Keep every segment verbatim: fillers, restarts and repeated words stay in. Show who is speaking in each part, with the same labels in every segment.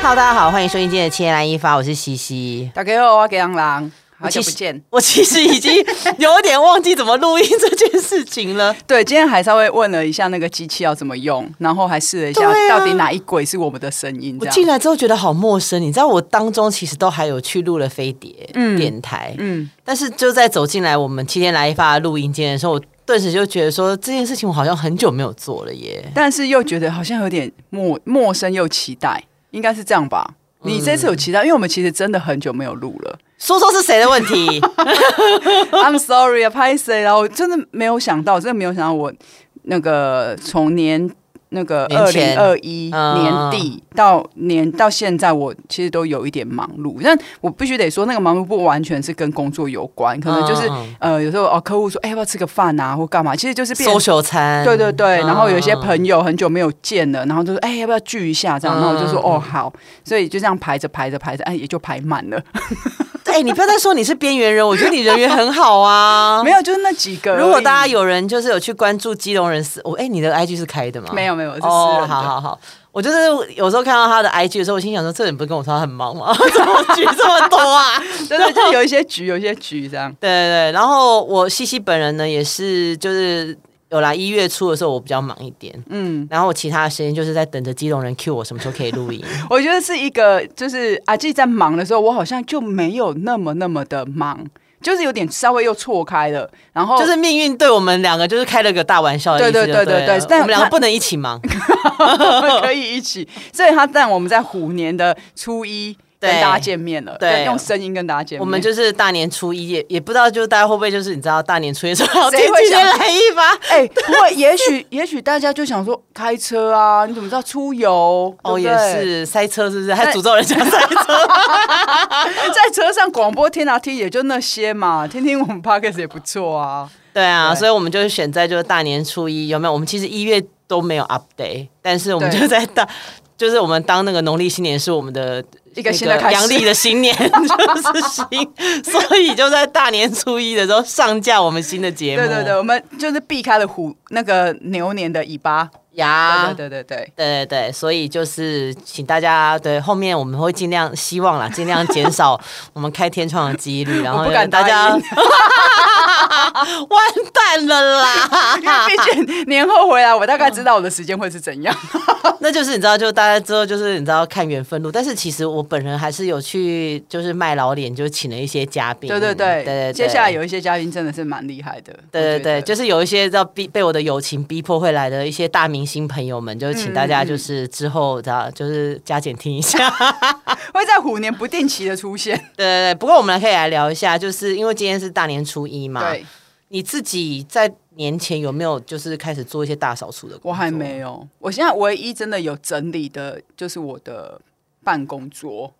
Speaker 1: Hello， 大家好，欢迎收听今天的千来一发，我是西西。
Speaker 2: 大家好，我是杨郎，好久不见。
Speaker 1: 我其实已经有点忘记怎么录音这件事情了。
Speaker 2: 对，今天还稍微问了一下那个机器要怎么用，然后还试了一下到底哪一轨是我们的声音。
Speaker 1: 我进来之后觉得好陌生，你知道我当中其实都还有去录了飞碟、嗯、电台，嗯，但是就在走进来我们七天来一发的录音间的时候，我顿时就觉得说这件事情我好像很久没有做了耶，
Speaker 2: 但是又觉得好像有点陌陌生又期待，应该是这样吧？你这次有期待，因为我们其实真的很久没有录了。
Speaker 1: 说说是谁的问题
Speaker 2: ？I'm sorry 啊，拍谁啦？我真的没有想到，真的没有想到我那个从年。那个二零二一年底到年到现在，我其实都有一点忙碌，但我必须得说，那个忙碌不完全是跟工作有关，可能就是、嗯、呃，有时候哦，客户说，哎、欸，要不要吃个饭啊，或干嘛，其实就是变
Speaker 1: social 餐，
Speaker 2: 对对对。然后有一些朋友很久没有见了，然后就说，哎、欸，要不要聚一下这样？然后我就说，哦，好，所以就这样排着排着排着，哎，也就排满了。
Speaker 1: 哎、欸，你不要再说你是边缘人，我觉得你人缘很好啊。
Speaker 2: 没有，就是那几个。
Speaker 1: 如果大家有人就是有去关注基隆人私，我哎、欸，你的 I G 是开的吗？
Speaker 2: 没有没有，是私
Speaker 1: 人的。哦，好好好。我就是有时候看到他的 I G 的时候，我心想说，这人不是跟我说他很忙吗？怎么局这么多啊？
Speaker 2: 对对，就有一些局，有一些局这样。
Speaker 1: 对对对，然后我西西本人呢，也是就是有来一月初的时候，我比较忙一点，嗯，然后我其他的时间就是在等着基隆人 cue 我什么时候可以录音。
Speaker 2: 我觉得是一个，就是阿纪在忙的时候，我好像就没有那么那么的忙。就是有点稍微又错开了，然后
Speaker 1: 就是命运对我们两个就是开了个大玩笑的意思，
Speaker 2: 对对对对对，
Speaker 1: 但我们两个不能一起忙，
Speaker 2: 可以一起，所以他在我们在虎年的初一跟大家见面了，对，用声音跟大家见面。
Speaker 1: 我们就是大年初一，也也不知道，就是大家会不会就是你知道大年初一的时候，谁会先来一发？
Speaker 2: 哎、欸，不会，也许也许大家就想说开车啊，你怎么知道出游？
Speaker 1: 哦，
Speaker 2: 对对
Speaker 1: 也是塞车，是不是？还诅咒人家塞车？
Speaker 2: 在车上广播听啊听，也就那些嘛，听听我们 podcast 也不错啊。
Speaker 1: 对啊，对，所以我们就是选在就是大年初一，有没有？我们其实一月都没有 update， 但是我们就在大。就是我们当那个农历新年是我们的
Speaker 2: 一个新的开始，
Speaker 1: 阳历的新年就是新，所以就在大年初一的时候上架我们新的节目。
Speaker 2: 对对对，我们就是避开了虎那个牛年的尾巴
Speaker 1: 呀。
Speaker 2: 对对对对
Speaker 1: 对对对，所以就是请大家对后面我们会尽量希望啦，尽量减少我们开天窗的几率，然后
Speaker 2: 不敢
Speaker 1: 大家完蛋了啦！
Speaker 2: 因为毕竟年后回来，我大概知道我的时间会是怎样。
Speaker 1: 那就是你知道，就大家之后就是你知道看缘分路，但是其实我本人还是有去就是卖老脸，就请了一些嘉宾。
Speaker 2: 对对对
Speaker 1: 对对，
Speaker 2: 接下来有一些嘉宾真的是蛮厉害的。
Speaker 1: 对对对，就是有一些要逼被我的友情逼迫会来的一些大明星朋友们，就请大家就是之后知道就是加减听一下，
Speaker 2: 会在虎年不定期的出现。
Speaker 1: 对对对，不过我们可以来聊一下，就是因为今天是大年初一嘛。
Speaker 2: 对。
Speaker 1: 你自己在年前有没有就是开始做一些大扫除的工作？
Speaker 2: 我还没有，我现在唯一真的有整理的就是我的办公桌，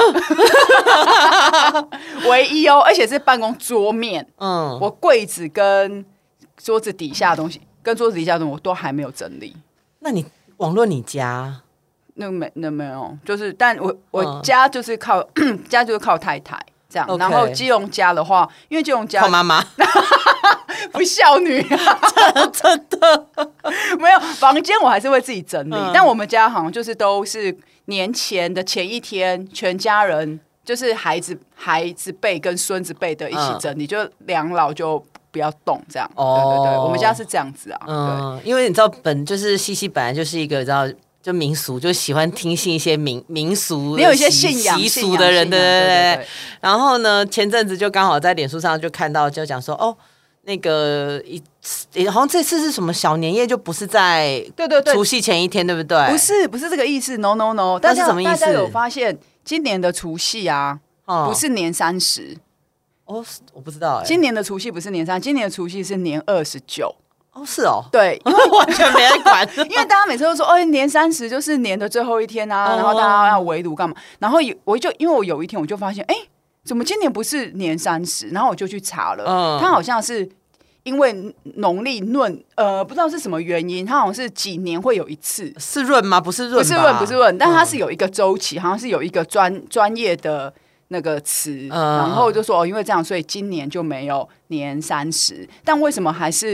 Speaker 2: 唯一哦，而且是办公桌面。嗯，我柜子跟桌子底下的东西，跟桌子底下的东西我都还没有整理。
Speaker 1: 那你网络你家？
Speaker 2: 那没那没有，就是但我我家就是靠、嗯、家就是靠太太。这样， okay. 然后基隆家的话，因为基隆家
Speaker 1: 靠妈妈，
Speaker 2: 不孝女、啊，
Speaker 1: 真的
Speaker 2: 没有房间，我还是会自己整理、嗯。但我们家好像就是都是年前的前一天，全家人就是孩子孩子辈跟孙子辈的一起整理，嗯、就两老就不要动这样。哦、对对对，我们家是这样子啊。嗯，
Speaker 1: 因为你知道本就是西西本来就是一个你知道。就民俗，就喜欢听信一些民民俗，
Speaker 2: 你有一些信仰
Speaker 1: 习俗的人，对对对。然后呢，前阵子就刚好在脸书上就看到，就讲说，哦，那个一好像这次是什么小年夜，就不是在
Speaker 2: 对对对
Speaker 1: 除夕前一天，对不对？
Speaker 2: 不是，不是这个意思 ，no no no。
Speaker 1: 那是什么意思？
Speaker 2: 大家有发现今年的除夕啊，哦、不是年三十？
Speaker 1: 哦，我不知道哎、欸。
Speaker 2: 今年的除夕不是年三，今年的除夕是年二十九。
Speaker 1: 哦，是哦，
Speaker 2: 对，因为
Speaker 1: 完全没人管，
Speaker 2: 因为大家每次都说，哦，年三十就是年的最后一天啊，哦、然后大家要围炉干嘛？然后我就因为我有一天我就发现，哎，怎么今年不是年三十？然后我就去查了，嗯，它好像是因为农历闰，呃，不知道是什么原因，它好像是几年会有一次，
Speaker 1: 是闰吗？不是闰，
Speaker 2: 不是闰，不是闰，但它是有一个周期，好像是有一个专专业的。那个词，嗯、然后就说哦，因为这样，所以今年就没有年三十。但为什么还是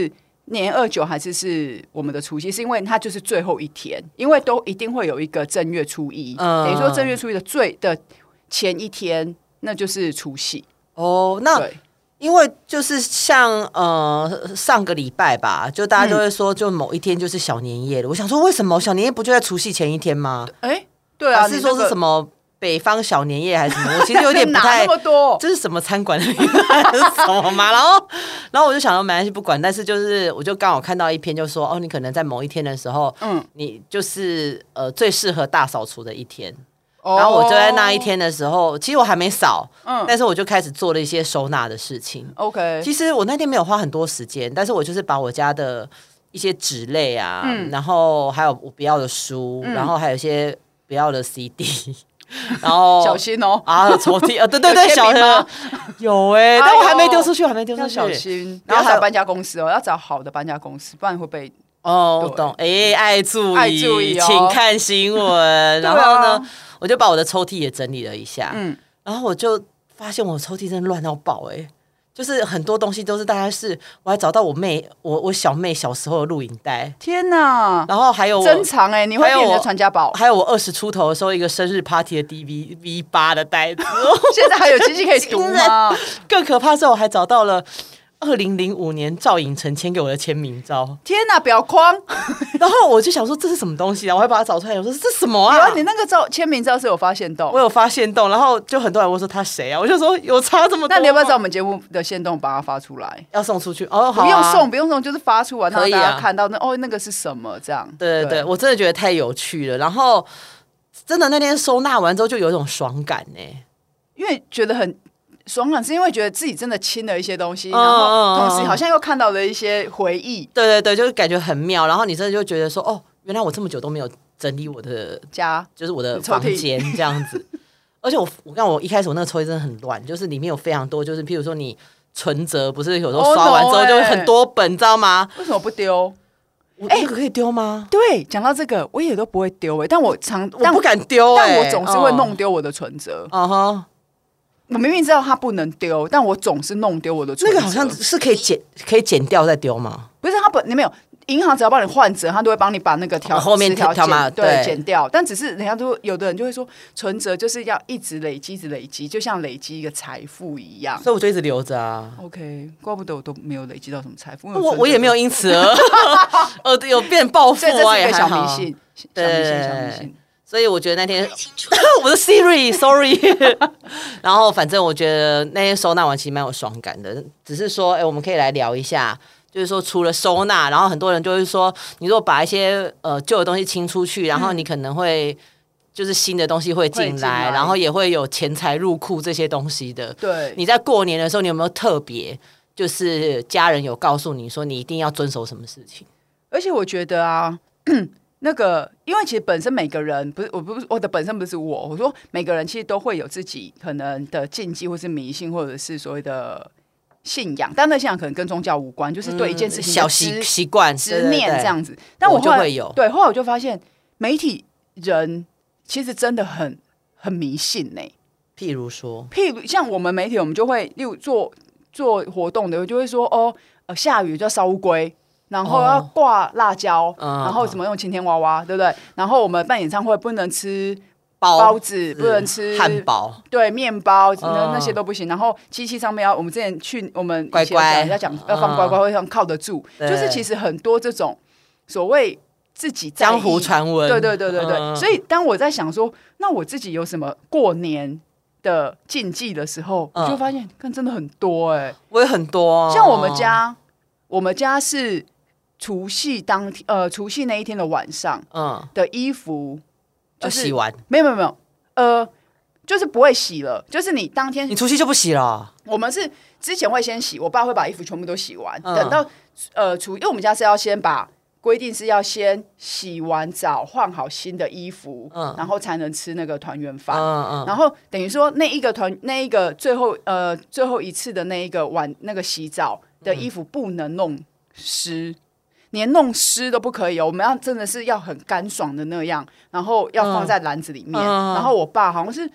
Speaker 2: 年二九还是是我们的除夕，是因为它就是最后一天，因为都一定会有一个正月初一，嗯、等于说正月初一的最的前一天，那就是除夕。
Speaker 1: 哦，那因为就是像呃上个礼拜吧，就大家就会说，就某一天就是小年夜了。嗯、我想说，为什么小年夜不就在除夕前一天吗？
Speaker 2: 哎、欸，对啊，
Speaker 1: 还是说是什么？北方小年夜还是什么？我其实有点不太，
Speaker 2: 哪那么多，
Speaker 1: 这是什么餐馆的名字还是什么嘛？然后，然后我就想说没关系不管，但是就是我就刚好看到一篇，就说哦，你可能在某一天的时候，嗯，你就是呃最适合大扫除的一天。哦、然后我就在那一天的时候，其实我还没扫，嗯，但是我就开始做了一些收纳的事情。
Speaker 2: OK，
Speaker 1: 其实我那天没有花很多时间，但是我就是把我家的一些纸类啊，嗯、然后还有我不要的书，嗯、然后还有一些不要的 C D。然后
Speaker 2: 小心哦
Speaker 1: 啊，抽屉啊，对对对，小心有哎、欸，但我还没丢出去，我还没丢出去，
Speaker 2: 小心。然后找搬家公司哦，要找好的搬家公司，不然会被
Speaker 1: 哦，我懂哎、欸，爱注意，
Speaker 2: 爱注意哦，
Speaker 1: 请看新闻。然后呢，啊、我就把我的抽屉也整理了一下，嗯，然后我就发现我抽屉真的乱到爆哎、欸。就是很多东西都是大概是，我还找到我妹，我我小妹小时候的录影带，
Speaker 2: 天哪！
Speaker 1: 然后还有
Speaker 2: 珍藏哎、欸，你会变你的传家宝。
Speaker 1: 还有我二十出头的时候一个生日 party 的 D V V 八的袋子，
Speaker 2: 现在还有机器可以读吗？
Speaker 1: 更可怕是我还找到了二零零五年赵寅成签给我的签名照，
Speaker 2: 天哪，表框！
Speaker 1: 然后我就想说这是什么东西啊？我还把它找出来，我说这是什么啊？
Speaker 2: 你那个照签名照是有发现洞，
Speaker 1: 我有发现洞，然后就很多人问说他谁啊？我就说有差这么多。
Speaker 2: 那你要不要找我们节目的限动把它发出来？
Speaker 1: 要送出去哦，好、啊，
Speaker 2: 不用送，不用送，就是发出来，让大家看到那、
Speaker 1: 啊、
Speaker 2: 哦那个是什么这样。
Speaker 1: 对对 对, 对，我真的觉得太有趣了。然后真的那天收纳完之后就有一种爽感呢、欸，
Speaker 2: 因为觉得很。爽感是因为觉得自己真的清了一些东西，然后同时好像又看到了一些回忆。
Speaker 1: 对对对，就是感觉很妙。然后你真的就觉得说，哦，原来我这么久都没有整理我的
Speaker 2: 家，
Speaker 1: 就是我的房间这样子。而且我我看我一开始我那个抽屉真的很乱，就是里面有非常多，就是譬如说你存折不是有时候刷完之后就很多本，你知道吗？
Speaker 2: 为什么不丢？
Speaker 1: 哎、欸，这个可以丢吗？
Speaker 2: 对，讲到这个，我也都不会丢哎、欸，但我常
Speaker 1: 我不敢丢哎、
Speaker 2: 欸，但我总是会弄丢我的存折。嗯哼。Uh-huh我明明知道它不能丢，但我总是弄丢我的存折。
Speaker 1: 那个好像是可以剪，可以剪掉再丢吗？
Speaker 2: 不是，它本你没有，银行只要帮你换折，它都会帮你把那个条、
Speaker 1: 哦、后面条码
Speaker 2: 对剪掉。但只是人家都有的人就会说，存折就是要一直累积，一直累积，就像累积一个财富一样。
Speaker 1: 所以我就一直留着啊。
Speaker 2: OK， 怪不得我都没有累积到什么财富。
Speaker 1: 我我也没有因此而呃有变暴富啊，
Speaker 2: 这是一个小迷信，小迷信，小迷信。
Speaker 1: 所以我觉得那天我的 Siri，sorry 然后反正我觉得那天收纳完其实蛮有爽感的，只是说，哎、欸，我们可以来聊一下，就是说除了收纳，然后很多人就会说，你如果把一些呃旧的东西清出去，然后你可能会就是新的东西会进来，然后也会有钱财入库这些东西的。
Speaker 2: 对，
Speaker 1: 你在过年的时候，你有没有特别就是家人有告诉你说你一定要遵守什么事情？
Speaker 2: 而且我觉得啊。那个，因为其实本身每个人不是我不是我的本身不是我，我说每个人其实都会有自己可能的禁忌，或是迷信，或者是所谓的信仰。但那信仰可能跟宗教无关，就是对一件事情的
Speaker 1: 小习习惯、
Speaker 2: 执念这样子。但我
Speaker 1: 就会有
Speaker 2: 对，后来我就发现媒体人其实真的很很迷信呢、欸。
Speaker 1: 譬如说，
Speaker 2: 譬如像我们媒体，我们就会例如做做活动的，就会说哦，呃，下雨就要烧乌龟。然后要挂辣椒，哦、然后怎么用晴天娃娃，对不对？然后我们办演唱会不能吃包包子，不能吃
Speaker 1: 汉堡，
Speaker 2: 对，面包、哦、那些都不行。然后机器上面要，我们之前去我们
Speaker 1: 乖乖
Speaker 2: 要讲要放乖乖会上靠得住，
Speaker 1: 嗯、
Speaker 2: 就是其实很多这种所谓自己
Speaker 1: 江湖传闻，
Speaker 2: 对对对对对。嗯、所以当我在想说，那我自己有什么过年的禁忌的时候，嗯、我就发现，看真的很多哎、欸，
Speaker 1: 我也很多、哦，
Speaker 2: 像我们家，我们家是。除夕当天，呃，除夕那一天的晚上，嗯，的衣服就是
Speaker 1: 洗完，
Speaker 2: 没有没有没有，呃，就是不会洗了，就是你当天
Speaker 1: 你除夕就不洗了。
Speaker 2: 我们是之前会先洗，我爸会把衣服全部都洗完，嗯、等到呃除，因为我们家是要先把规定是要先洗完澡，换好新的衣服，嗯，然后才能吃那个团圆饭，嗯嗯，然后等于说那一个团那一个最后呃最后一次的那一个晚那个洗澡的衣服不能弄湿。嗯连弄湿都不可以哦，我们要真的是要很干爽的那样，然后要放在篮子里面。嗯、然后我爸好像是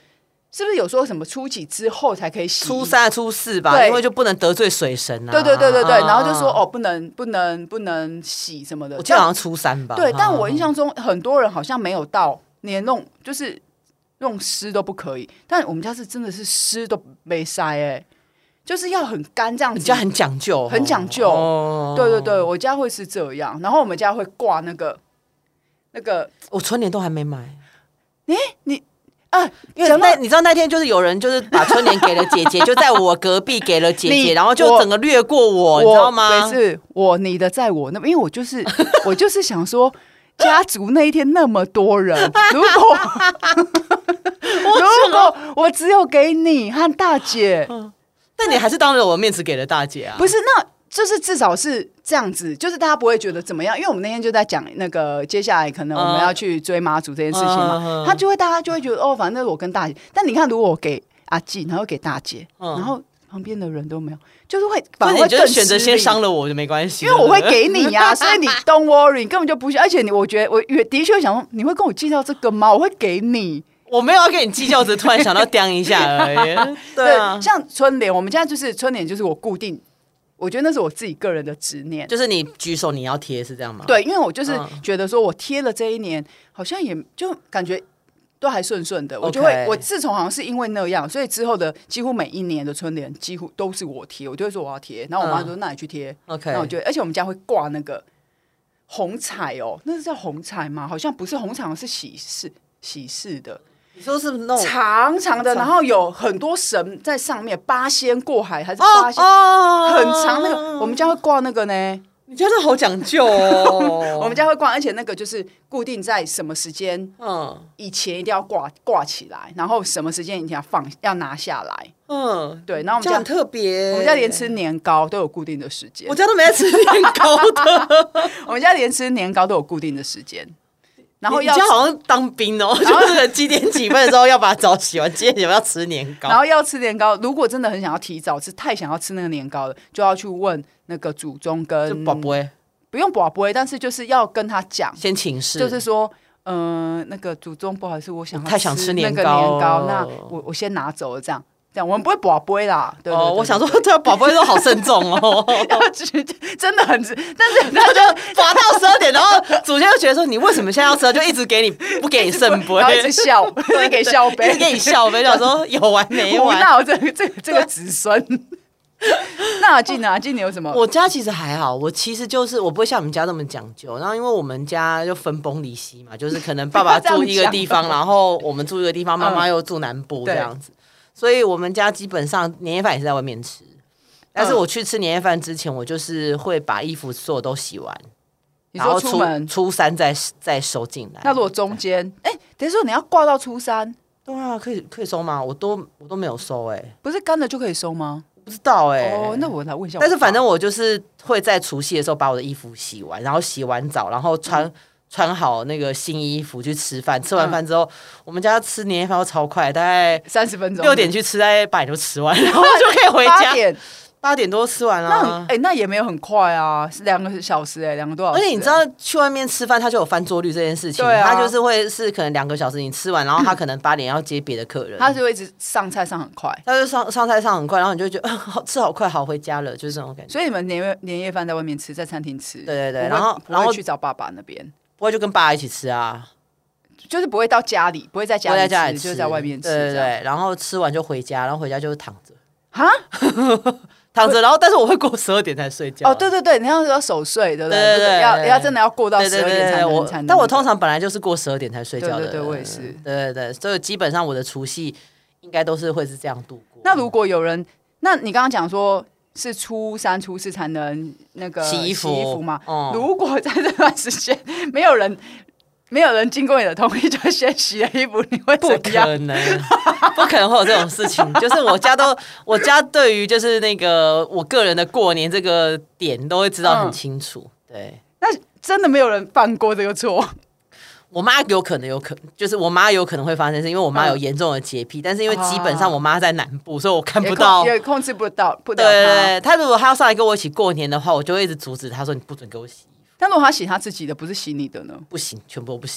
Speaker 2: 是不是有说什么初几之后才可以洗？
Speaker 1: 初三、初四吧，因为就不能得罪水神啊。
Speaker 2: 对对对对对，然后就说哦，不能不能不能洗什么的。
Speaker 1: 我记得好像初三吧。
Speaker 2: 对，但我印象中很多人好像没有到连弄就是弄湿都不可以，但我们家是真的是湿都没塞哎，就是要很干这样子。
Speaker 1: 你家很讲究，
Speaker 2: 很讲究。哦、对对对，我家会是这样，然后我们家会挂那个那个，
Speaker 1: 我春联都还没买。
Speaker 2: 哎、欸，你。啊，
Speaker 1: 因为那你知道那天就是有人就是把春联给了姐姐，就在我隔壁给了姐姐，然后就整个掠过我，
Speaker 2: 我
Speaker 1: 你知道吗？
Speaker 2: 不是我你的在我那边，因为我就是我就是想说，家族那一天那么多人，如果如果我只有给你和大姐，
Speaker 1: 嗯、但你还是当着我的面子给了大姐啊？
Speaker 2: 不是那。就是至少是这样子，就是大家不会觉得怎么样，因为我们那天就在讲那个接下来可能我们要去追妈祖这件事情嘛，他就会大家就会觉得哦，反正我跟大姐。但你看，如果我给阿纪，然后给大姐，然后旁边的人都没有，就是会反而会更失礼。
Speaker 1: 你就选择先伤了我就没关系，
Speaker 2: 因为我会给你呀、啊，所以你 don't worry， 你根本就不需要。而且你，我觉得我的确会想说，你会跟我计较这个吗？我会给你。
Speaker 1: 我没有要跟你计较，只是突然想到叼一下而已。对啊，
Speaker 2: 像春联，我们家就是春联，就是我固定。我觉得那是我自己个人的执念，
Speaker 1: 就是你举手你要贴是这样吗？
Speaker 2: 对，因为我就是觉得说我贴了这一年，好像也就感觉都还顺顺的，
Speaker 1: okay.
Speaker 2: 我就会我自从好像是因为那样，所以之后的几乎每一年的春联几乎都是我贴，我就会说我要贴，然后我妈说、嗯、那你去贴
Speaker 1: ，OK，
Speaker 2: 那我就而且我们家会挂那个红彩哦，那是叫红彩吗？好像不是红彩，是喜事喜事的。
Speaker 1: 你说是那种
Speaker 2: 长长的，然后有很多神在上面，八仙过海还是八仙，哦哦、很长那个，我们家会挂那个呢。
Speaker 1: 你家的好讲究哦，
Speaker 2: 我们家会挂，而且那个就是固定在什么时间，嗯，以前一定要挂挂起来，然后什么时间一定要放要拿下来，嗯，对，然后我们家
Speaker 1: 很特别，
Speaker 2: 我们家连吃年糕都有固定的时间，
Speaker 1: 我家都没在吃年糕的，
Speaker 2: 我们家连吃年糕都有固定的时间。然后要
Speaker 1: 你家好像当兵哦，就是几点几分的时候要把澡洗完，今天你们要吃年糕，
Speaker 2: 然后要吃年糕。如果真的很想要提早吃，太想要吃那个年糕了，就要去问那个祖宗跟
Speaker 1: 就宝贝，
Speaker 2: 不用宝贝，但是就是要跟他讲，
Speaker 1: 先请示，
Speaker 2: 就是说，嗯、呃，那个祖宗不好意思，我想
Speaker 1: 太想吃
Speaker 2: 年
Speaker 1: 糕，
Speaker 2: 年糕，那我我先拿走了，这样。这样我们不会宝贝啦，对对对对
Speaker 1: 哦，我想说，对啊，宝贝都好慎重哦，
Speaker 2: 真的很，但是
Speaker 1: 他就罚到十二点，然后祖先就觉得说，你为什么现在要吃？就一直给你不给你圣杯，
Speaker 2: 然后一直笑，一直给笑杯，
Speaker 1: 一直给你笑杯，想说有完没完？
Speaker 2: 那我这个这个这个子孙。那阿静呢？阿静你有什么？
Speaker 1: 我家其实还好，我其实就是我不会像你们家那么讲究。然后因为我们家就分崩离析嘛，就是可能爸爸住一个地方，然后我们住一个地方，妈妈又住南部这样子。所以我们家基本上年夜饭也是在外面吃，但是我去吃年夜饭之前，我就是会把衣服所有都洗完，
Speaker 2: 你说出门
Speaker 1: 初三再再收进来。
Speaker 2: 那如果中间，哎，等于说你要挂到初三，
Speaker 1: 对啊，可以可以收吗？我都我都没有收哎、欸，
Speaker 2: 不是干的就可以收吗？
Speaker 1: 不知道哎、欸，
Speaker 2: 哦，那我来问一下。
Speaker 1: 但是反正我就是会在除夕的时候把我的衣服洗完，然后洗完澡，然后穿。嗯穿好那个新衣服去吃饭，吃完饭之后，嗯、我们家吃年夜饭都超快，大概
Speaker 2: 三十分钟，
Speaker 1: 六点去吃，大概八点就吃完，然后就可以回家。
Speaker 2: 八点
Speaker 1: 八点多吃完了、啊，
Speaker 2: 那哎、欸，那也没有很快啊，是两个小时哎、欸，两个多小时、欸。
Speaker 1: 而且你知道去外面吃饭，他就有翻桌率这件事情，
Speaker 2: 对啊，
Speaker 1: 他就是会是可能两个小时你吃完，然后他可能八点要接别的客人，
Speaker 2: 他就会一直上菜上很快，
Speaker 1: 他就上上菜上很快，然后你就觉得、呃、好吃好快，好回家了，就是这种感觉。
Speaker 2: 所以你们年夜年夜饭在外面吃，在餐厅吃，
Speaker 1: 对对对，然后然后
Speaker 2: 去找爸爸那边。
Speaker 1: 不会就跟爸一起吃啊，
Speaker 2: 就是不会到家里，不会在家里吃，
Speaker 1: 在家里吃
Speaker 2: 就是在外面吃，
Speaker 1: 对对对。然后吃完就回家，然后回家就是躺着，
Speaker 2: 哈，
Speaker 1: 躺着。然后但是我会过十二点才睡觉。
Speaker 2: 哦，对对对，你要要守睡，对不对？
Speaker 1: 对对对，
Speaker 2: 要要真的要过到十二点才能才能。
Speaker 1: 但我通常本来就是过十二点才睡觉的，
Speaker 2: 对对对，我也是。
Speaker 1: 对对对，所以基本上我的除夕应该都是会是这样度过。
Speaker 2: 那如果有人，那你刚刚讲说。是初三、初四才能那个
Speaker 1: 洗衣服，
Speaker 2: 洗衣服嘛？
Speaker 1: 嗯、
Speaker 2: 如果在这段时间没有人、没有人经过你的同意就先洗了衣服，你会怎样？
Speaker 1: 不可能，不可能会有这种事情。就是我家都，我家对于就是那个我个人的过年这个点都会知道很清楚。嗯、对，
Speaker 2: 那真的没有人犯过这个错。
Speaker 1: 我妈有可能有可能，就是我妈有可能会发生，是因为我妈有严重的洁癖，嗯、但是因为基本上我妈在南部，所以我看不到，
Speaker 2: 也 控, 也控制不到，不
Speaker 1: 对对对，她如果她要上来跟我一起过年的话，我就会一直阻止她说你不准给我洗衣服。
Speaker 2: 但如果她洗她自己的，不是洗你的呢？
Speaker 1: 不行，全部都不行。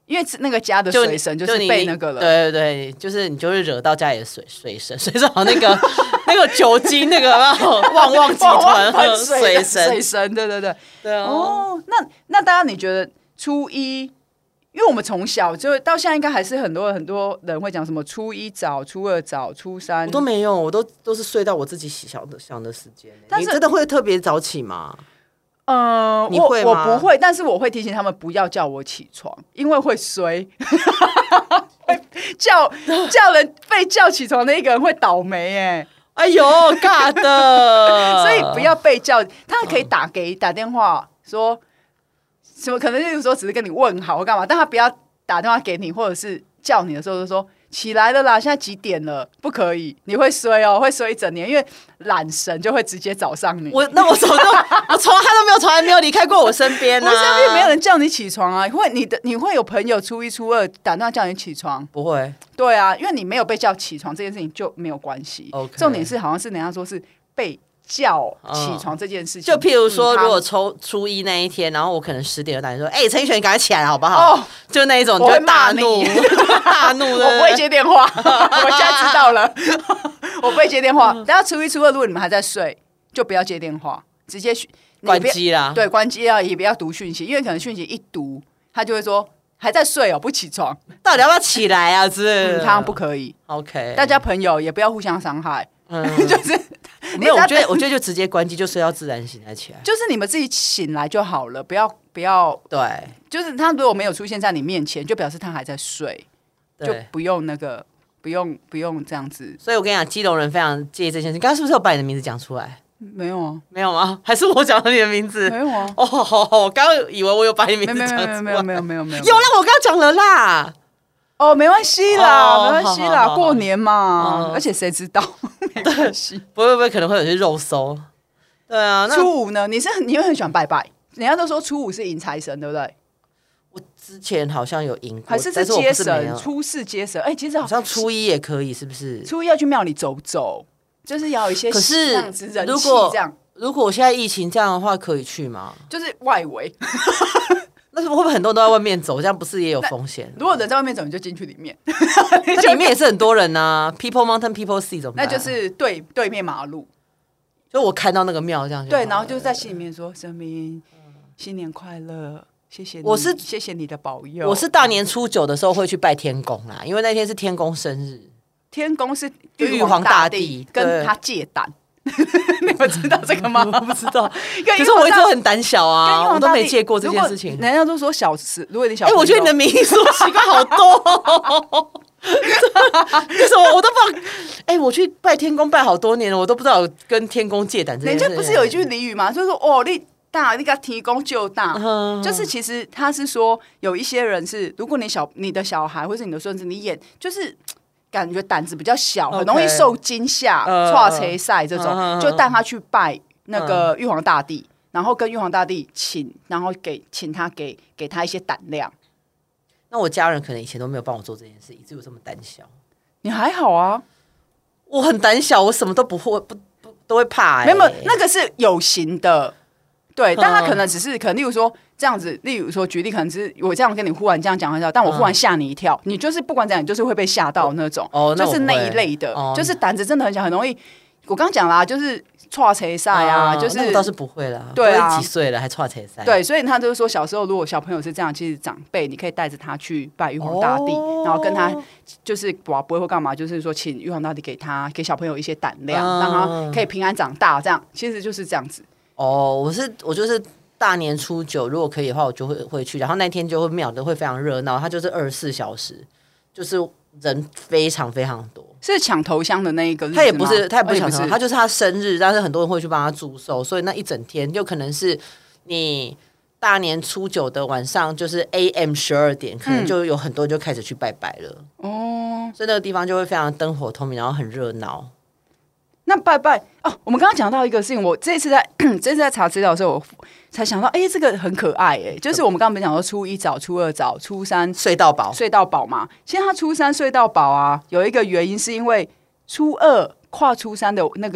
Speaker 2: 因为那个家的水神就是被那个了，
Speaker 1: 对对对，就是你就会惹到家里的水水神，水神好那个那个酒精那个旺旺集团水神
Speaker 2: 水神，对对对
Speaker 1: 对啊。
Speaker 2: 哦，那那大家你觉得初一？因为我们从小就到现在，应该还是很多很多人会讲什么初一早、初二早、初三，
Speaker 1: 我都没有，我都都是睡到我自己想的想的时间。你真的会特别早起吗？
Speaker 2: 呃，
Speaker 1: 你会吗？
Speaker 2: 我我不会，但是我会提醒他们不要叫我起床，因为会衰，会叫叫人被叫起床的一个人会倒霉哎、欸。
Speaker 1: 哎呦，尬的！
Speaker 2: 所以不要被叫，他可以打给打电话说。什么可能就是说只是跟你问好或干嘛，但他不要打电话给你，或者是叫你的时候就说起来了啦，现在几点了？不可以，你会衰哦，会衰一整年，因为懒神就会直接找上你。
Speaker 1: 我那我从我从来他都没有从来没有离开过我身边啊，
Speaker 2: 我身边没有人叫你起床啊，会你的你会有朋友初一初二打电话叫你起床？
Speaker 1: 不会，
Speaker 2: 对啊，因为你没有被叫起床这件事情就没有关系。
Speaker 1: Okay.
Speaker 2: 重点是好像是人家说是被叫起床这件事情，
Speaker 1: 就譬如说，如果抽初一那一天，然后我可能十点就打你说：“哎、欸，陈奕迅，赶快起来好不好？”哦，就那一种，就会大怒，大怒的。
Speaker 2: 我不会接电话，我现在知道了，我不会接电话。等到初一初二，如果你们还在睡，就不要接电话，直接
Speaker 1: 关机啦。
Speaker 2: 对，关机啊，也不要读讯息，因为可能讯息一读，他就会说还在睡哦，不起床，
Speaker 1: 到底要不要起来啊？是，
Speaker 2: 嗯，他不可以。
Speaker 1: OK，
Speaker 2: 大家朋友也不要互相伤害，嗯，就是。
Speaker 1: 没有，我觉得我觉得就直接关机，就睡到自然醒来起来，
Speaker 2: 就是你们自己醒来就好了，不要不要
Speaker 1: 对，
Speaker 2: 就是他如果没有出现在你面前，就表示他还在睡，就不用那个不用不用这样子。
Speaker 1: 所以我跟你讲，基隆人非常介意这件事。刚刚是不是有把你的名字讲出来？
Speaker 2: 没有啊，
Speaker 1: 没有吗？还是我讲了你的名字？
Speaker 2: 没有啊。
Speaker 1: 哦，好好，我刚刚以为我有把你名字讲出来，
Speaker 2: 没有没有没有没有，
Speaker 1: 有啦，我刚刚讲了啦。
Speaker 2: 哦，没关系啦，哦、没关系啦，过年嘛，哦、而且谁知道？没关系，
Speaker 1: 不会不会，可能会有些肉搜。对啊，那
Speaker 2: 初五呢？你是你会很喜欢拜拜？人家都说初五是迎财神，对不对？
Speaker 1: 我之前好像有迎过，
Speaker 2: 还是是接神？初四接神，哎、欸，其实
Speaker 1: 好, 好像初一也可以，是不是？
Speaker 2: 初一要去庙里走走，就是要有一些
Speaker 1: 可是
Speaker 2: 这样子人气这样。
Speaker 1: 如果我现在疫情这样的话，可以去吗？
Speaker 2: 就是外围。
Speaker 1: 但是会不会很多人都在外面走？这样不是也有风险？
Speaker 2: 如果人在外面走，你就进去里面，
Speaker 1: 里面也是很多人呐、啊。People Mountain, People Sea 怎么办？
Speaker 2: 那就是对对面马路。
Speaker 1: 就我看到那个庙这样就，
Speaker 2: 对，然后就在心里面说：“神明，新年快乐，谢谢你，
Speaker 1: 我是
Speaker 2: 谢谢你的保佑。”
Speaker 1: 我是大年初九的时候会去拜天公啦，因为那天是天公生日。
Speaker 2: 天公是
Speaker 1: 玉皇大帝，
Speaker 2: 跟他借胆。你们知道这个吗？
Speaker 1: 我不知道，可是我一直都很胆小啊，我都没借过这件事情。
Speaker 2: 人家都说小时，如果你小，
Speaker 1: 哎、欸，我觉得你的民俗习惯好多、哦，就是我我都不知道。哎、欸，我去拜天公拜好多年了，我都不知道跟天公借胆这件事情。
Speaker 2: 人家不是有一句俚语吗？就是说哦，你大，你给他提供就大，嗯、就是其实他是说有一些人是，如果你小你的小孩或是你的孙子，你演就是。感觉胆子比较小，很容易受惊吓、挫车赛这种，就带他去拜那个玉皇大帝，然后跟玉皇大帝请，然后给请他给给他一些胆量。
Speaker 1: 那我家人可能以前都没有帮我做这件事，以至于我这么胆小。
Speaker 2: 你还好啊，
Speaker 1: 我很胆小，我什么都不会，不不都会怕、欸。
Speaker 2: 没有，那个是有形的，对，但他可能只是可能，例如说。这样子，例如说举例，可能是我这样跟你忽然这样讲一下，但我忽然吓你一跳，嗯、你就是不管怎样，你就是会被吓到那种，
Speaker 1: 哦、那
Speaker 2: 就是那一类的，哦、就是胆子真的很小，很容易。我刚刚讲啦，就是挫车赛啊，哦、就是
Speaker 1: 那我倒是不会啦，
Speaker 2: 对啊，
Speaker 1: 几岁了还挫车赛？
Speaker 2: 对，所以他就是说，小时候如果小朋友是这样，其实长辈你可以带着他去拜玉皇大帝，哦、然后跟他就是跋杯或干嘛，就是说请玉皇大帝给他给小朋友一些胆量，嗯、让他可以平安长大，这样其实就是这样子。
Speaker 1: 哦，我是我就是。大年初九，如果可以的话，我就会会去。然后那天就会庙的会非常热闹，它就是二十四小时，就是人非常非常多。
Speaker 2: 是抢头香的那一个日子吗？
Speaker 1: 他也不是，他也不是抢头香，他就是他生日，但是很多人会去帮他祝寿，所以那一整天就可能是你大年初九的晚上，就是 A M 十二点，可能就有很多人就开始去拜拜了。哦，所以那个地方就会非常灯火通明，然后很热闹。
Speaker 2: 那拜拜哦，我们刚刚讲到一个事情，我这次在这次在查资料的时候，我才想到，哎、欸，这个很可爱哎、欸，就是我们刚刚不是讲说初一早、初二早、初三
Speaker 1: 睡到饱，
Speaker 2: 睡到饱嘛。其实他初三睡到饱啊，有一个原因是因为初二跨初三的那个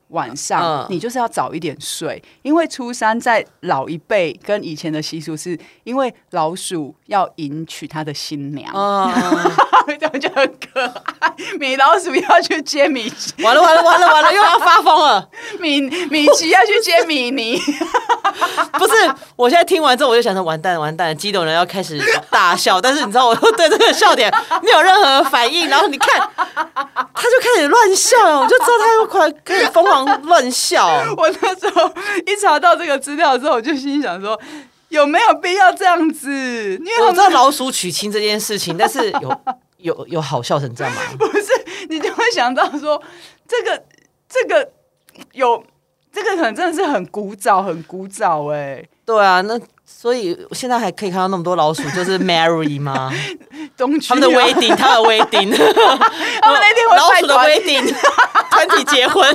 Speaker 2: 晚上、嗯、你就是要早一点睡，因为初三在老一辈跟以前的习俗是，因为老鼠要迎娶他的新娘，嗯，我就很可爱。米老鼠要去接米奇，
Speaker 1: 完了完了完了完了，又要发疯了。
Speaker 2: 米米奇要去接米妮，
Speaker 1: 不是，我现在听完之后我就想说，完蛋了完蛋了，激动人要开始大笑，但是你知道我对这个笑点没有任何反应，然后你看他就开始乱笑，我就知道他又快开始疯狂乱笑。
Speaker 2: 我那时候一查到这个资料之后，我就心想说，有没有必要这样子？因为
Speaker 1: 我知道老鼠娶亲这件事情，但是有有有好笑成这样吗？
Speaker 2: 不是，你就会想到说，这个这个有这个可能真的是很古早，很古早哎、欸。
Speaker 1: 对啊，那所以现在还可以看到那么多老鼠，就是 marry 吗？
Speaker 2: 东区、
Speaker 1: 他们的 wedding， 他们的 wedding，
Speaker 2: 他们那天会
Speaker 1: 老鼠的 wedding， 团体结婚，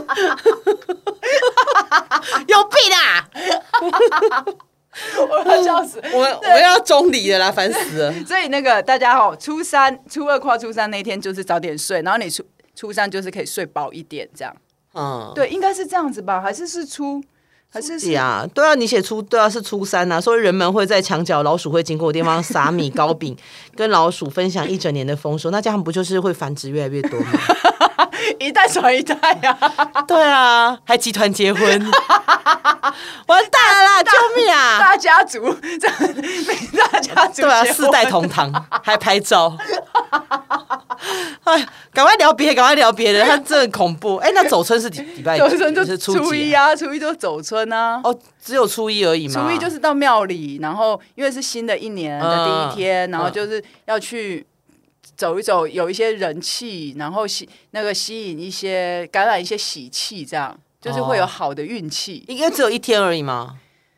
Speaker 1: 有病啊！
Speaker 2: 我要笑死！
Speaker 1: 我我要中离了啦，烦死了。
Speaker 2: 所以那个大家哦，初三、初二跨初三那天就是早点睡，然后你初初三就是可以睡饱一点，这样。嗯，对，应该是这样子吧？还是是初？还是是
Speaker 1: 啊？对啊，你写初对啊是初三啊，所以人们会在墙角老鼠会经过的地方撒米糕饼，跟老鼠分享一整年的丰收，那这样不就是会繁殖越来越多吗？
Speaker 2: 一代传一代啊！
Speaker 1: 对啊，还集团结婚，完蛋了啦！救命啊！
Speaker 2: 大家族，这大家族，
Speaker 1: 对啊，四代同堂，还拍照。哎，赶快聊别的，赶快聊别的，他真的恐怖。哎，那走春是礼拜几？
Speaker 2: 走春就是初一啊，初一就是走春啊。
Speaker 1: 哦，只有初一而已吗？
Speaker 2: 初一就是到庙里，然后因为是新的一年的第一天，嗯、然后就是要去走一走，有一些人气，然后吸那个吸引一些感染一些喜气，这样就是会有好的运气。
Speaker 1: 应该只有一天而已吗？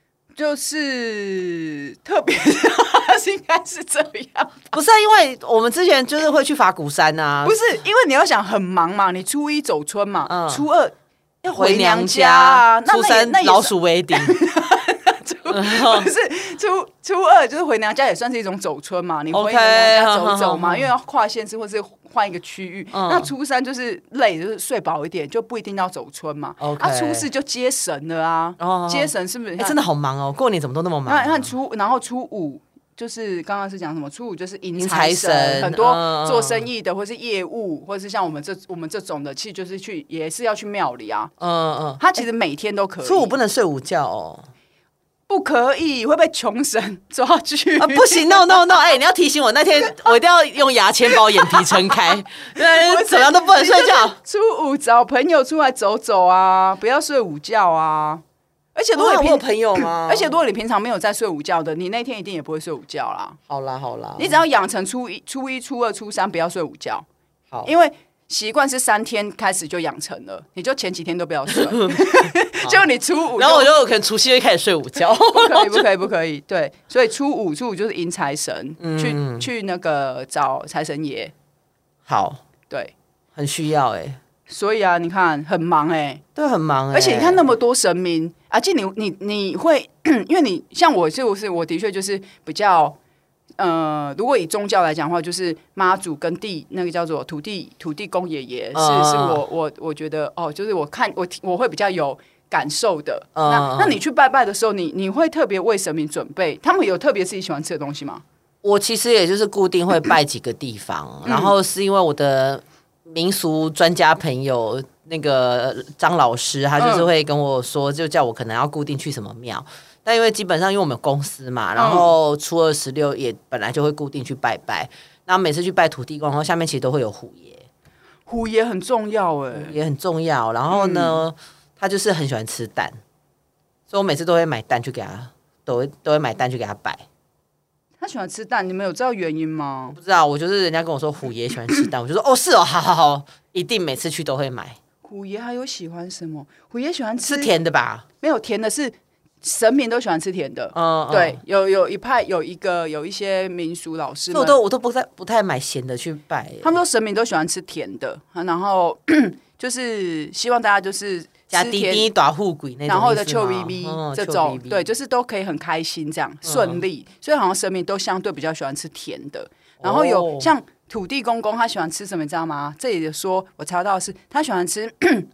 Speaker 2: 就是特别应该是这样，
Speaker 1: 不是、啊、因为我们之前就是会去法鼓山啊，
Speaker 2: 不是因为你要想很忙嘛，你初一走春嘛，嗯、初二要回娘家啊，
Speaker 1: 初三老鼠围顶。
Speaker 2: 不是初初二就是回娘家也算是一种走春嘛，你回娘家走走嘛， okay, 因为要跨县市或是换一个区域。嗯、那初三就是累，就是睡饱一点，就不一定要走春嘛。Okay. 啊，初四就接神了啊，哦、接神是不是、
Speaker 1: 欸？真的好忙哦，过年怎么都那么忙、啊？
Speaker 2: 你看初，然后初五就是刚刚是讲什么？初五就是迎财神，很多做生意的或是业务，或是像我们这我们这种的，其实就是去也是要去庙里啊。嗯嗯，他其实每天都可以。
Speaker 1: 初五不能睡午觉哦。
Speaker 2: 不可以，会被穷神抓去
Speaker 1: 啊！不行 ，no no no！ 哎、欸，你要提醒我，那天我一定要用牙签把我眼皮撑开，怎样都不能睡觉。
Speaker 2: 初五找朋友出来走走啊，不要睡午觉啊！而且如果你
Speaker 1: 有朋友吗？
Speaker 2: 而且如果你平常没有在睡午觉的，你那天一定也不会睡午觉啦。
Speaker 1: 好啦好啦，
Speaker 2: 你只要养成初一、初一、初二、初三不要睡午觉，好，因为习惯是三天开始就养成了，你就前几天都不要睡。就你初五，
Speaker 1: 然后我就可能除夕会开始睡午觉，
Speaker 2: 不可以，不可以，不可以。对，所以初五，初五就是迎财神，嗯、去去那个找财神爷。
Speaker 1: 好，
Speaker 2: 对，
Speaker 1: 很需要哎、欸。
Speaker 2: 所以啊，你看很忙哎、欸，
Speaker 1: 对，很忙哎、欸。
Speaker 2: 而且你看那么多神明，而且你你你会，因为你像我就是我的确就是比较。呃，如果以宗教来讲的话，就是妈祖跟地那个叫做土地土地公爷爷，是、uh, 是我我我觉得哦，就是我看我我会比较有感受的。Uh, 那那你去拜拜的时候，你你会特别为神明准备？他们有特别自己喜欢吃的东西吗？
Speaker 1: 我其实也就是固定会拜几个地方，然后是因为我的民俗专家朋友那个张老师，他就是会跟我说，就叫我可能要固定去什么庙。但因为基本上因为我们有公司嘛，然后初二十六也本来就会固定去拜拜，然后每次去拜土地公，然后下面其实都会有虎爷，
Speaker 2: 虎爷很重要哎、欸，
Speaker 1: 也很重要。然后呢，嗯、他就是很喜欢吃蛋，所以我每次都会买蛋去给他，都会都会买蛋去给他拜。
Speaker 2: 他喜欢吃蛋，你们有知道原因吗？
Speaker 1: 我不知道，我就是人家跟我说虎爷喜欢吃蛋，我就说哦是哦，好好好，一定每次去都会买。
Speaker 2: 虎爷还有喜欢什么？虎爷喜欢吃
Speaker 1: 吃甜的吧？
Speaker 2: 没有甜的是。神明都喜欢吃甜的，嗯，对，有有一派有一个有一些民俗老师们，
Speaker 1: 我都我都不太不太买咸的去拜，
Speaker 2: 他们说神明都喜欢吃甜的，然后就是希望大家就是
Speaker 1: 加滴滴大富贵那种，
Speaker 2: 然后的臭 V V 这种，对，就是都可以很开心这样顺利，所以好像神明都相对比较喜欢吃甜的，然后有像土地公公他喜欢吃什么你知道吗？这里说我查到的是他喜欢吃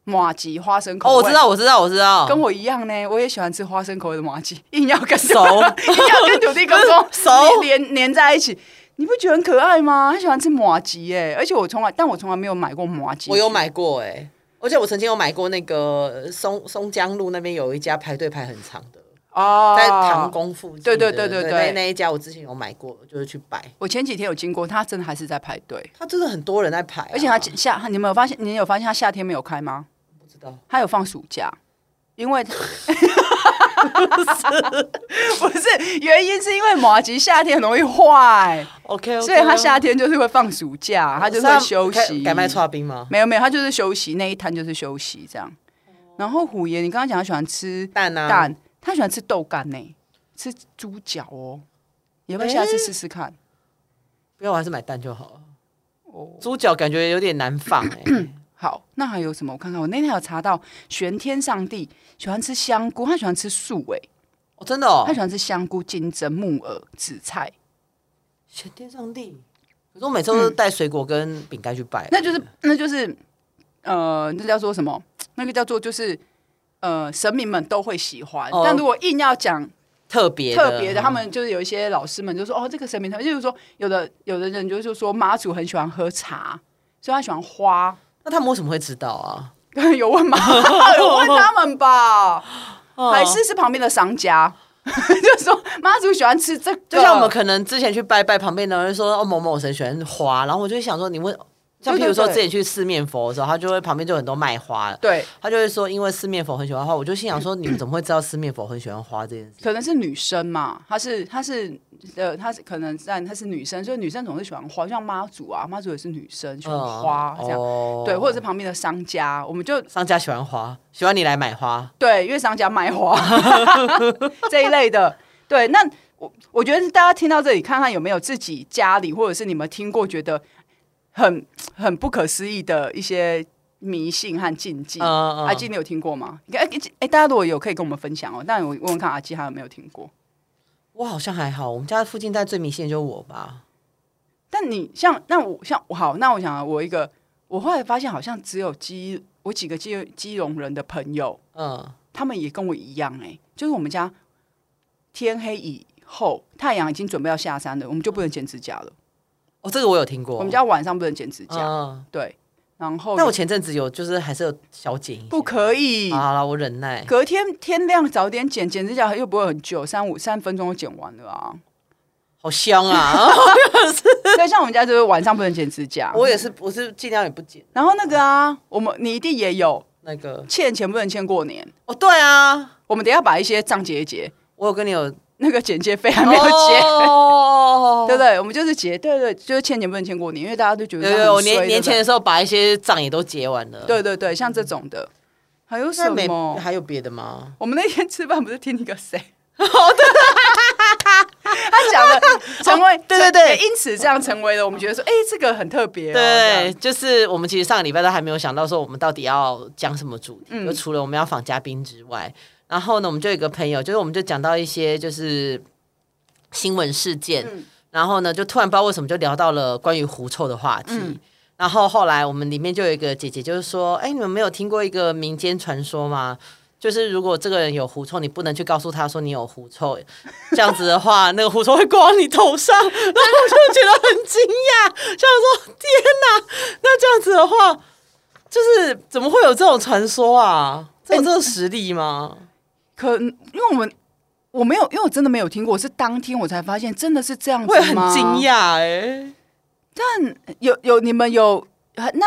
Speaker 2: 麻糬花生口味。
Speaker 1: 哦，我知道，我知道，我知道，
Speaker 2: 跟我一样呢，我也喜欢吃花生口味的麻糬，硬要跟熟，硬要跟土地公公
Speaker 1: 熟
Speaker 2: 连连在一起。你不觉得很可爱吗？他喜欢吃麻糬哎，而且我从来，但我从来没有买过麻糬。
Speaker 1: 我有买过哎，而且我曾经有买过那个松松江路那边有一家排队排很长的哦，在唐宫附近。
Speaker 2: 对对对对对，
Speaker 1: 那一家我之前有买过，就是去拜。
Speaker 2: 我前几天有经过，他真的还是在排队。
Speaker 1: 他真的很多人在排、啊，
Speaker 2: 而且他夏，你们有发现？你有发现他夏天没有开吗？
Speaker 1: 不知道，
Speaker 2: 他有放暑假，因为。不是，不是，原因是因为麻糬夏天很容易坏
Speaker 1: ，OK，
Speaker 2: 所以他夏天就是会放暑假，他就是会休息。
Speaker 1: 改卖刨冰吗？
Speaker 2: 没有没有，他就是休息，那一摊就是休息这样。然后虎爷，你刚刚讲他喜欢吃
Speaker 1: 蛋啊，
Speaker 2: 蛋，他喜欢吃豆干呢，吃猪脚哦，你要不要下次试试看？
Speaker 1: 不要，我还是买蛋就好了。哦，猪脚感觉有点难放哎、欸。
Speaker 2: 好，那还有什么？我看看，我那天有查到玄天上帝喜欢吃香菇，他喜欢吃素哎、欸，
Speaker 1: 哦，真的哦，
Speaker 2: 他喜欢吃香菇、金针、木耳、紫菜。
Speaker 1: 玄天上帝，可是我每次都是带水果跟饼干去拜、嗯，
Speaker 2: 那就是那就是呃，那叫做什么？那个叫做就是呃，神明们都会喜欢。哦、但如果硬要讲
Speaker 1: 特别
Speaker 2: 特别的，他们就是有一些老师们就说哦，这个神明特别，就是说有的有的人就是说妈祖很喜欢喝茶，所以他喜欢花。
Speaker 1: 那他们为什么会知道啊？
Speaker 2: 有问吗？有问他们吧？哦、还是是旁边的商家？就是说妈祖喜欢吃这个，
Speaker 1: 就像我们可能之前去拜拜，旁边的人说哦某某神喜欢花，然后我就想说你问。像譬如说之前去四面佛的时候，他就会旁边就很多卖花，
Speaker 2: 对，
Speaker 1: 他就会说因为四面佛很喜欢花，我就心想说你们怎么会知道四面佛很喜欢花这件事？
Speaker 2: 可能是女生嘛，她是她是呃她是可能在她是女生，所以女生总是喜欢花，像妈祖啊，妈祖也是女生喜欢花、嗯、这样、哦，对，或者是旁边的商家，我们就
Speaker 1: 商家喜欢花，喜欢你来买花，
Speaker 2: 对，因为商家卖花这一类的，对，那我我觉得大家听到这里，看看有没有自己家里或者是你们听过觉得。很很不可思议的一些迷信和禁忌，嗯嗯、阿基你有听过吗？哎、欸，大家如果有可以跟我们分享哦。但我问问看阿基他有没有听过？
Speaker 1: 我好像还好，我们家附近在最迷信的就是我吧。
Speaker 2: 但你像那我像好，那我想我一个，我后来发现好像只有基我几个基基隆人的朋友，嗯，他们也跟我一样、欸，哎，就是我们家天黑以后，太阳已经准备要下山了，我们就不能剪指甲了。
Speaker 1: 哦，这个我有听过。
Speaker 2: 我们家晚上不能剪指甲，嗯、对。然后，
Speaker 1: 但我前阵子有，就是还是有小剪一下。
Speaker 2: 不可以。
Speaker 1: 好了，我忍耐。
Speaker 2: 隔天天亮早点剪，剪指甲又不会很久，三五三分钟就剪完了啊。
Speaker 1: 好香啊！
Speaker 2: 对，像我们家就是晚上不能剪指甲。
Speaker 1: 我也是，我是尽量也不剪。
Speaker 2: 然后那个啊，我们你一定也有
Speaker 1: 那个
Speaker 2: 欠钱不能欠过年。
Speaker 1: 哦，对啊，
Speaker 2: 我们等一下把一些账结一结。
Speaker 1: 我有跟你有。
Speaker 2: 那个剪接费还没有结，哦、对不对？我们就是结，对对，就是欠钱不能欠过年，因为大家都觉得对对，
Speaker 1: 我年年前的时候把一些账也都结完了。
Speaker 2: 对对对，像这种的，还有什么？
Speaker 1: 还有别的吗？
Speaker 2: 我们那天吃饭不是听那个谁？哦，对，他讲的成为，
Speaker 1: 对对对，
Speaker 2: 因此这样成为了我们觉得说，哎，这个很特别、哦。
Speaker 1: 对，就是我们其实上个礼拜都还没有想到说我们到底要讲什么主题，嗯、就除了我们要访嘉宾之外。然后呢，我们就有一个朋友，就是我们就讲到一些就是新闻事件，嗯、然后呢，就突然不知道为什么就聊到了关于狐臭的话题。嗯、然后后来我们里面就有一个姐姐，就是说，哎，你们没有听过一个民间传说吗？就是如果这个人有狐臭，你不能去告诉他说你有狐臭，这样子的话，那个狐臭会挂到你头上。然后我就觉得很惊讶，想说天哪，那这样子的话，就是怎么会有这种传说啊？这有这个实力吗？
Speaker 2: 可因为我们我没有，因为我真的没有听过，我是当天我才发现真的是这样子吗？
Speaker 1: 会很惊讶哎。
Speaker 2: 但有有你们有那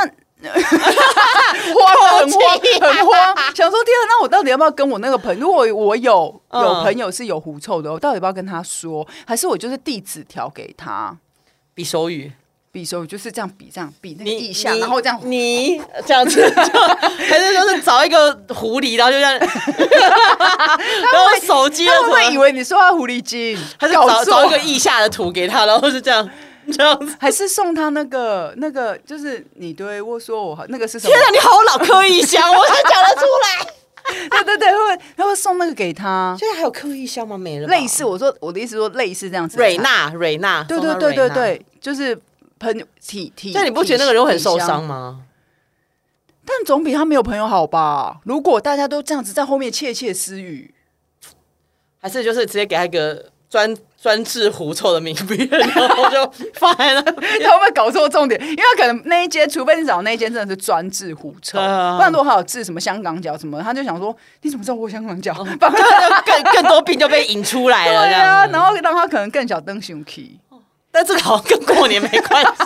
Speaker 2: 慌很慌很慌，想说天啊，那我到底要不要跟我那个朋友？如果我有有朋友是有狐臭的，我到底要不要跟他说？还是我就是递纸条给他，
Speaker 1: 比手语？
Speaker 2: 比手语就是这样比，这样比那个腋下，然后这样
Speaker 1: 你这样子，还是就是找一个狐狸，然后就这样，然后手机
Speaker 2: 他会以为你说他狐狸精，
Speaker 1: 还是找找一个腋下的图给他，然后是这样这样子，
Speaker 2: 还是送他那个那个，就是你对我说我好那个是什么？
Speaker 1: 天啊，你好老刻意香，我才讲得出来。
Speaker 2: 对对对，会他会送那个给他。
Speaker 1: 现在还有刻意香吗？没了。
Speaker 2: 类似，我说我的意思说类似这样子。
Speaker 1: 蕊娜，蕊娜，
Speaker 2: 对对对对对，就是。喷体体，
Speaker 1: 但你不觉得那个人很受伤吗？
Speaker 2: 但但总比他没有朋友好吧？如果大家都这样子在后面窃窃私语，
Speaker 1: 还是就是直接给他一个专专治狐臭的名片，然后就放在那边。
Speaker 2: 他会不会搞错重点？因为他可能那一间，除非你找那一间真的是专治狐臭，嗯、不然如果还有治什么香港脚什么，他就想说你怎么知道我香港脚？嗯、
Speaker 1: 更更多病就被引出来了。
Speaker 2: 对啊，然后让他可能更小灯熊气。
Speaker 1: 但这个好像跟过年没关系。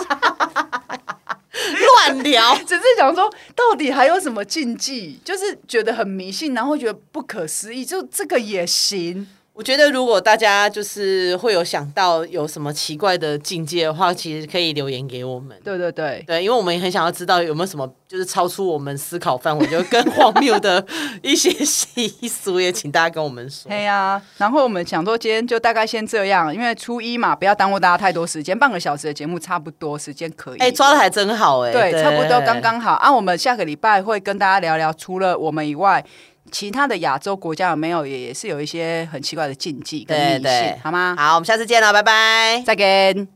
Speaker 1: 乱聊，
Speaker 2: 只是讲说到底还有什么禁忌，就是觉得很迷信，然后觉得不可思议，就这个也行。
Speaker 1: 我觉得如果大家就是会有想到有什么奇怪的境界的话，其实可以留言给我们。
Speaker 2: 对对对
Speaker 1: 对，因为我们也很想要知道有没有什么就是超出我们思考范围就更荒谬的一些习俗，也请大家跟我们说。
Speaker 2: 对呀、啊，然后我们想说今天就大概先这样，因为初一嘛，不要耽误大家太多时间，半个小时的节目差不多，时间可以。
Speaker 1: 哎、欸，抓的还真好哎、
Speaker 2: 欸，对，差不多刚刚好。啊，我们下个礼拜会跟大家聊聊，除了我们以外。其他的亚洲国家有没有也是有一些很奇怪的禁忌跟迷信，好吗？
Speaker 1: 好，我们下次见了，拜拜，
Speaker 2: 再见。